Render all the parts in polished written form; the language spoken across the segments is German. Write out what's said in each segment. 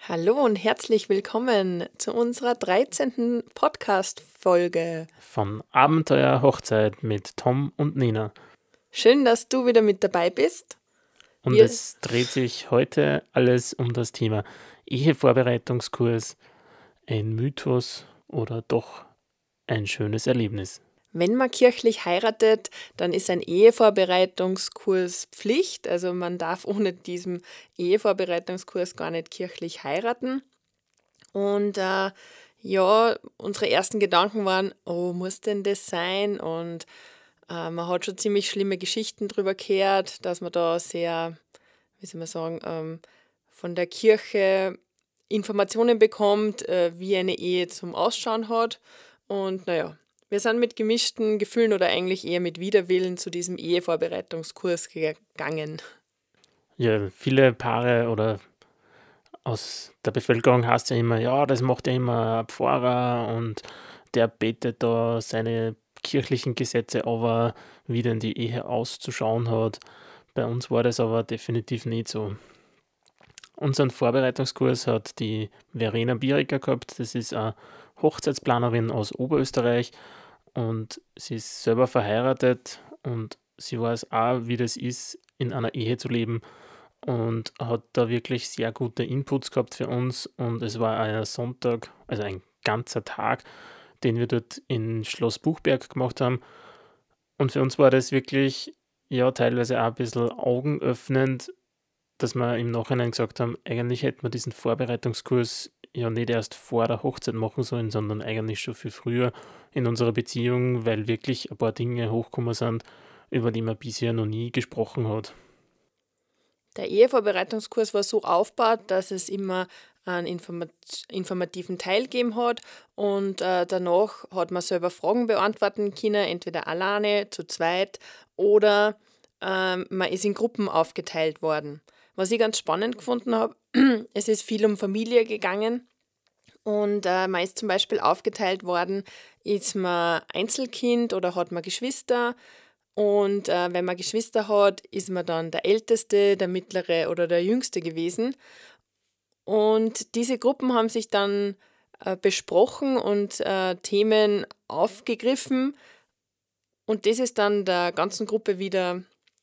Hallo und herzlich willkommen zu unserer 13. Podcast-Folge. Von Abenteuer Hochzeit mit Tom und Nina. Schön, dass du wieder mit dabei bist. Und es dreht sich heute alles um das Thema Ehevorbereitungskurs, ein Mythos oder doch ein schönes Erlebnis. Wenn man kirchlich heiratet, dann ist ein Ehevorbereitungskurs Pflicht. Also man darf ohne diesen Ehevorbereitungskurs gar nicht kirchlich heiraten. Und unsere ersten Gedanken waren, oh, muss denn das sein? Und man hat schon ziemlich schlimme Geschichten darüber gehört, dass man da sehr, wie soll man sagen, von der Kirche Informationen bekommt, wie eine Ehe zum Ausschauen hat. Und wir sind mit gemischten Gefühlen oder eigentlich eher mit Widerwillen zu diesem Ehevorbereitungskurs gegangen. Ja, viele Paare oder aus der Bevölkerung heißt ja immer, ja, das macht ja immer ein Pfarrer und der betet da seine kirchlichen Gesetze aber, wie denn die Ehe auszuschauen hat. Bei uns war das aber definitiv nicht so. Unseren Vorbereitungskurs hat die Verena Bieriger gehabt. Das ist eine Hochzeitsplanerin aus Oberösterreich und sie ist selber verheiratet und sie weiß auch, wie das ist, in einer Ehe zu leben und hat da wirklich sehr gute Inputs gehabt für uns. Und es war ein Sonntag, also ein ganzer Tag, den wir dort in Schloss Buchberg gemacht haben. Und für uns war das wirklich, ja, teilweise auch ein bisschen augenöffnend, dass wir im Nachhinein gesagt haben, eigentlich hätten wir diesen Vorbereitungskurs ja nicht erst vor der Hochzeit machen sollen, sondern eigentlich schon viel früher in unserer Beziehung, weil wirklich ein paar Dinge hochgekommen sind, über die man bisher noch nie gesprochen hat. Der Ehevorbereitungskurs war so aufgebaut, dass es immer einen informativen Teil gegeben hat und danach hat man selber Fragen beantworten können, entweder alleine, zu zweit oder man ist in Gruppen aufgeteilt worden. Was ich ganz spannend gefunden habe, es ist viel um Familie gegangen und man ist zum Beispiel aufgeteilt worden, ist man Einzelkind oder hat man Geschwister. Und wenn man Geschwister hat, ist man dann der Älteste, der Mittlere oder der Jüngste gewesen. Und diese Gruppen haben sich dann besprochen und Themen aufgegriffen. Und das ist dann der ganzen Gruppe wieder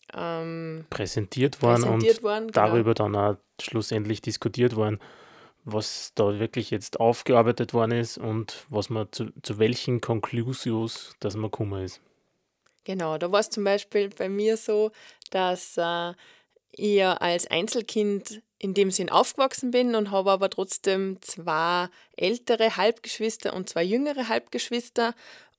Präsentiert worden und worden. darüber dann auch schlussendlich diskutiert worden, was da wirklich jetzt aufgearbeitet worden ist und was man zu welchen Conclusions, dass man gekommen ist. Genau, da war es zum Beispiel bei mir so, dass ich ja als Einzelkind in dem Sinn aufgewachsen bin und habe aber trotzdem 2 ältere Halbgeschwister und 2 jüngere Halbgeschwister.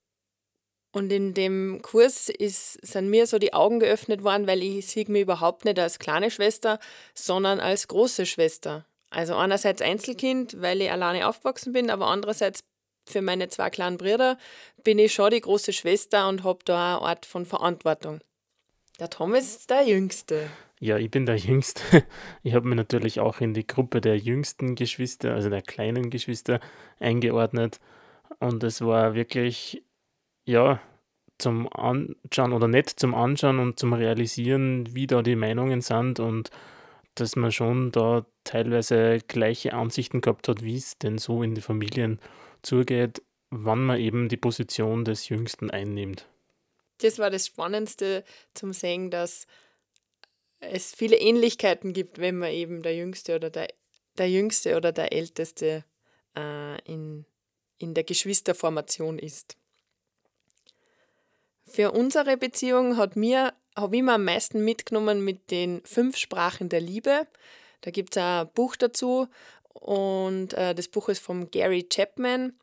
Und in dem Kurs sind mir so die Augen geöffnet worden, weil ich sehe mich überhaupt nicht als kleine Schwester, sondern als große Schwester. Also einerseits Einzelkind, weil ich alleine aufgewachsen bin, aber andererseits für meine 2 kleinen Brüder bin ich schon die große Schwester und habe da eine Art von Verantwortung. Der Tom ist der Jüngste. Ja, ich bin der Jüngste. Ich habe mich natürlich auch in die Gruppe der jüngsten Geschwister, also der kleinen Geschwister, eingeordnet. Und es war wirklich, ja, zum Anschauen oder nicht zum Anschauen und zum Realisieren, wie da die Meinungen sind und dass man schon da teilweise gleiche Ansichten gehabt hat, wie es denn so in die Familien zugeht, wann man eben die Position des Jüngsten einnimmt. Das war das Spannendste zum Sehen, dass es viele Ähnlichkeiten gibt, wenn man eben der Jüngste oder der Jüngste oder der Älteste in der Geschwisterformation ist. Für unsere Beziehung habe ich mir am meisten mitgenommen mit den 5 Sprachen der Liebe. Da gibt es ein Buch dazu und das Buch ist von Gary Chapman.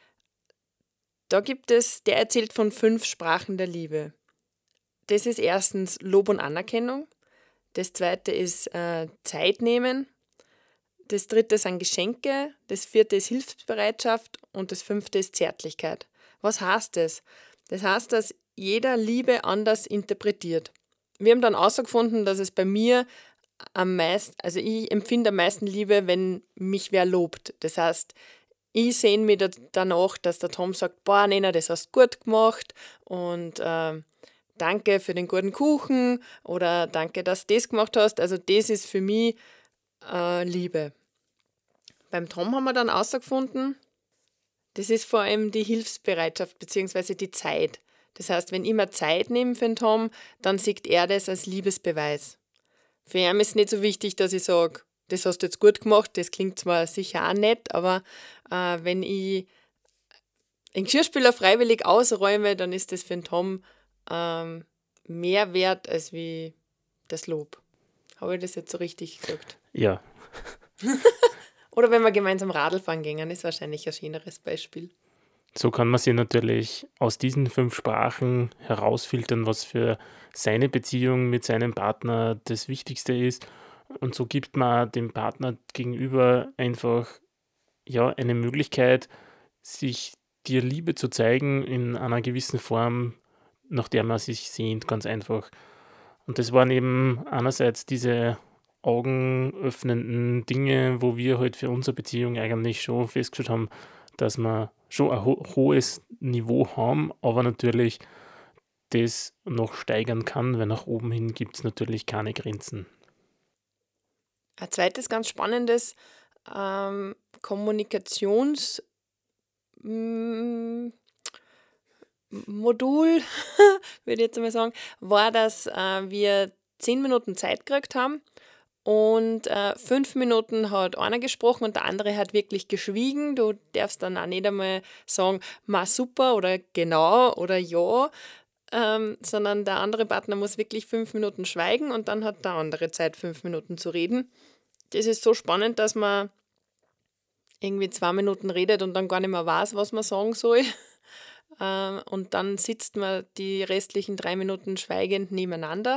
Der erzählt von 5 Sprachen der Liebe. Das ist erstens Lob und Anerkennung. Das zweite ist Zeit nehmen. Das dritte sind Geschenke. Das vierte ist Hilfsbereitschaft. Und das 5. ist Zärtlichkeit. Was heißt das? Das heißt, dass jeder Liebe anders interpretiert. Wir haben dann herausgefunden, dass es bei mir also ich empfinde am meisten Liebe, wenn mich wer lobt. Das heißt, ich sehne mich danach, dass der Tom sagt, boah, Nena, das hast du gut gemacht und danke für den guten Kuchen oder danke, dass du das gemacht hast. Also das ist für mich Liebe. Beim Tom haben wir dann herausgefunden, das ist vor allem die Hilfsbereitschaft bzw. die Zeit. Das heißt, wenn ich mir Zeit nehme für den Tom, dann sieht er das als Liebesbeweis. Für ihn ist es nicht so wichtig, dass ich sage, das hast du jetzt gut gemacht, das klingt zwar sicher auch nett, aber wenn ich einen Geschirrspüler freiwillig ausräume, dann ist das für den Tom mehr wert als wie das Lob. Habe ich das jetzt so richtig gesagt? Ja. Oder wenn wir gemeinsam Radl fahren gehen, ist wahrscheinlich ein schöneres Beispiel. So kann man sich natürlich aus diesen 5 Sprachen herausfiltern, was für seine Beziehung mit seinem Partner das Wichtigste ist. Und so gibt man dem Partner gegenüber einfach eine Möglichkeit, sich dir Liebe zu zeigen in einer gewissen Form, nach der man sich sehnt, ganz einfach. Und das waren eben einerseits diese augenöffnenden Dinge, wo wir halt für unsere Beziehung eigentlich schon festgestellt haben, dass wir schon ein hohes Niveau haben, aber natürlich das noch steigern kann, weil nach oben hin gibt es natürlich keine Grenzen. Ein zweites ganz spannendes Kommunikationsmodul, würde ich jetzt einmal sagen, war, dass wir 10 Minuten Zeit gekriegt haben und 5 Minuten hat einer gesprochen und der andere hat wirklich geschwiegen. Du darfst dann auch nicht einmal sagen, ma super oder genau oder ja, sondern der andere Partner muss wirklich 5 Minuten schweigen und dann hat der andere Zeit, 5 Minuten zu reden. Das ist so spannend, dass man irgendwie 2 Minuten redet und dann gar nicht mehr weiß, was man sagen soll. Und dann sitzt man die restlichen 3 Minuten schweigend nebeneinander.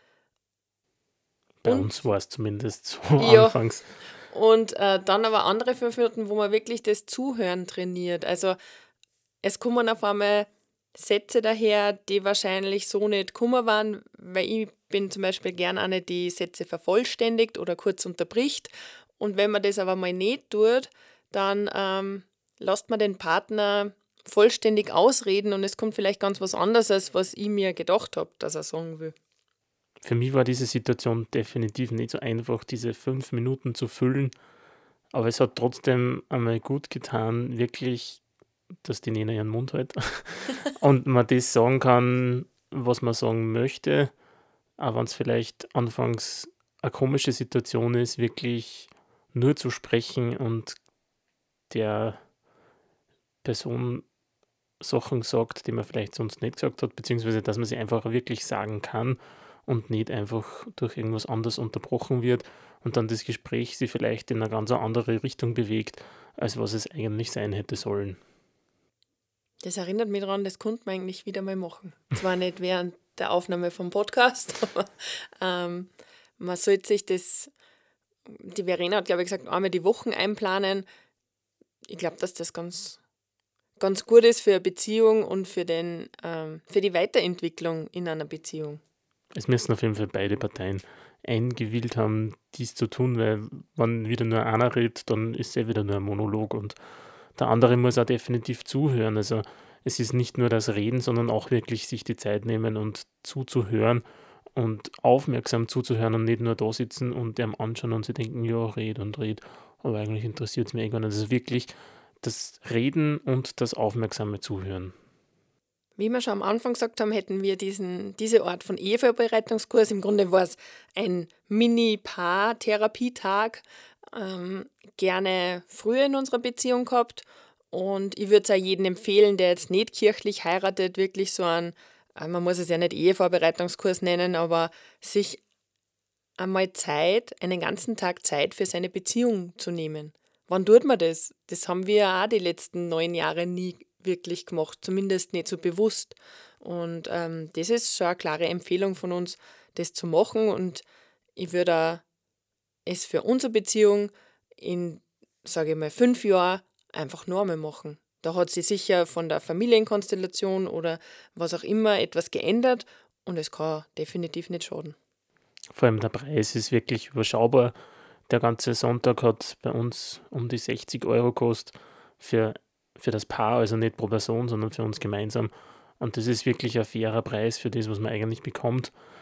Bei uns war es zumindest so Ja. anfangs. Und dann aber andere 5 Minuten, wo man wirklich das Zuhören trainiert. Also es kommen auf einmal Sätze daher, die wahrscheinlich so nicht gekommen waren, weil ich bin zum Beispiel gern eine, die Sätze vervollständigt oder kurz unterbricht. Und wenn man das aber mal nicht tut, dann lässt man den Partner vollständig ausreden und es kommt vielleicht ganz was anderes, als was ich mir gedacht habe, dass er sagen will. Für mich war diese Situation definitiv nicht so einfach, diese 5 Minuten zu füllen, aber es hat trotzdem einmal gut getan, wirklich, dass die Nena ihren Mund hält und man das sagen kann, was man sagen möchte, auch wenn es vielleicht anfangs eine komische Situation ist, wirklich nur zu sprechen und der Person Sachen sagt, die man vielleicht sonst nicht gesagt hat, beziehungsweise dass man sie einfach wirklich sagen kann und nicht einfach durch irgendwas anderes unterbrochen wird und dann das Gespräch sich vielleicht in eine ganz andere Richtung bewegt, als was es eigentlich sein hätte sollen. Das erinnert mich daran, das konnte man eigentlich wieder mal machen. Zwar nicht während der Aufnahme vom Podcast, aber man sollte sich das, die Verena hat, glaube ich, gesagt, einmal die Wochen einplanen. Ich glaube, dass das ganz gut ist für eine Beziehung und für die Weiterentwicklung in einer Beziehung. Es müssen auf jeden Fall beide Parteien eingewillt haben, dies zu tun, weil wenn wieder nur einer redet, dann ist es wieder nur ein Monolog und der andere muss auch definitiv zuhören. Also es ist nicht nur das Reden, sondern auch wirklich sich die Zeit nehmen und zuzuhören und aufmerksam zuzuhören und nicht nur da sitzen und dem anschauen und sie denken, ja, red und red, aber eigentlich interessiert es mich gar nicht. Also wirklich das Reden und das aufmerksame Zuhören. Wie wir schon am Anfang gesagt haben, hätten wir diese Art von Ehevorbereitungskurs. Im Grunde war es ein Mini-Paar-Therapietag, gerne früher in unserer Beziehung gehabt. Und ich würde es auch jedem empfehlen, der jetzt nicht kirchlich heiratet, wirklich so einen, man muss es ja nicht Ehevorbereitungskurs nennen, aber sich einmal einen ganzen Tag Zeit für seine Beziehung zu nehmen. Wann tut man das? Das haben wir ja auch die letzten 9 Jahre nie wirklich gemacht, zumindest nicht so bewusst. Und das ist schon eine klare Empfehlung von uns, das zu machen. Und ich würde es für unsere Beziehung in, sage ich mal, 5 Jahren einfach noch einmal machen. Da hat sich sicher von der Familienkonstellation oder was auch immer etwas geändert und es kann definitiv nicht schaden. Vor allem der Preis ist wirklich überschaubar. Der ganze Sonntag hat bei uns um die 60 € gekostet für das Paar, also nicht pro Person, sondern für uns gemeinsam. Und das ist wirklich ein fairer Preis für das, was man eigentlich bekommt.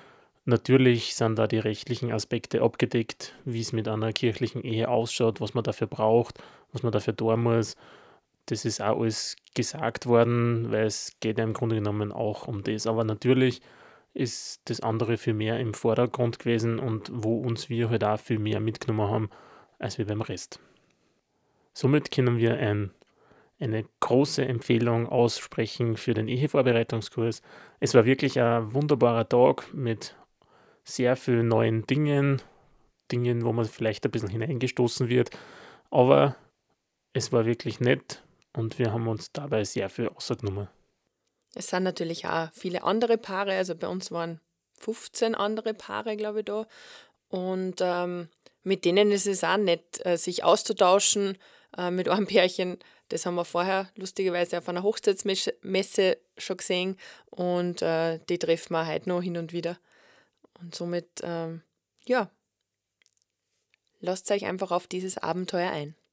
Natürlich sind da die rechtlichen Aspekte abgedeckt, wie es mit einer kirchlichen Ehe ausschaut, was man dafür braucht, was man dafür tun muss. Das ist auch alles gesagt worden, weil es geht ja im Grunde genommen auch um das. Aber natürlich ist das andere viel mehr im Vordergrund gewesen und wo uns wir halt auch viel mehr mitgenommen haben, als wir beim Rest. Somit können wir eine große Empfehlung aussprechen für den Ehevorbereitungskurs. Es war wirklich ein wunderbarer Tag mit sehr vielen neuen Dingen, wo man vielleicht ein bisschen hineingestoßen wird, aber es war wirklich nett und wir haben uns dabei sehr viel rausgenommen. Es sind natürlich auch viele andere Paare, also bei uns waren 15 andere Paare, glaube ich, da. Und mit denen ist es auch nett, sich auszutauschen mit einem Pärchen. Das haben wir vorher lustigerweise auf einer Hochzeitsmesse schon gesehen und die treffen wir heute noch hin und wieder. Und somit, ja, lasst euch einfach auf dieses Abenteuer ein.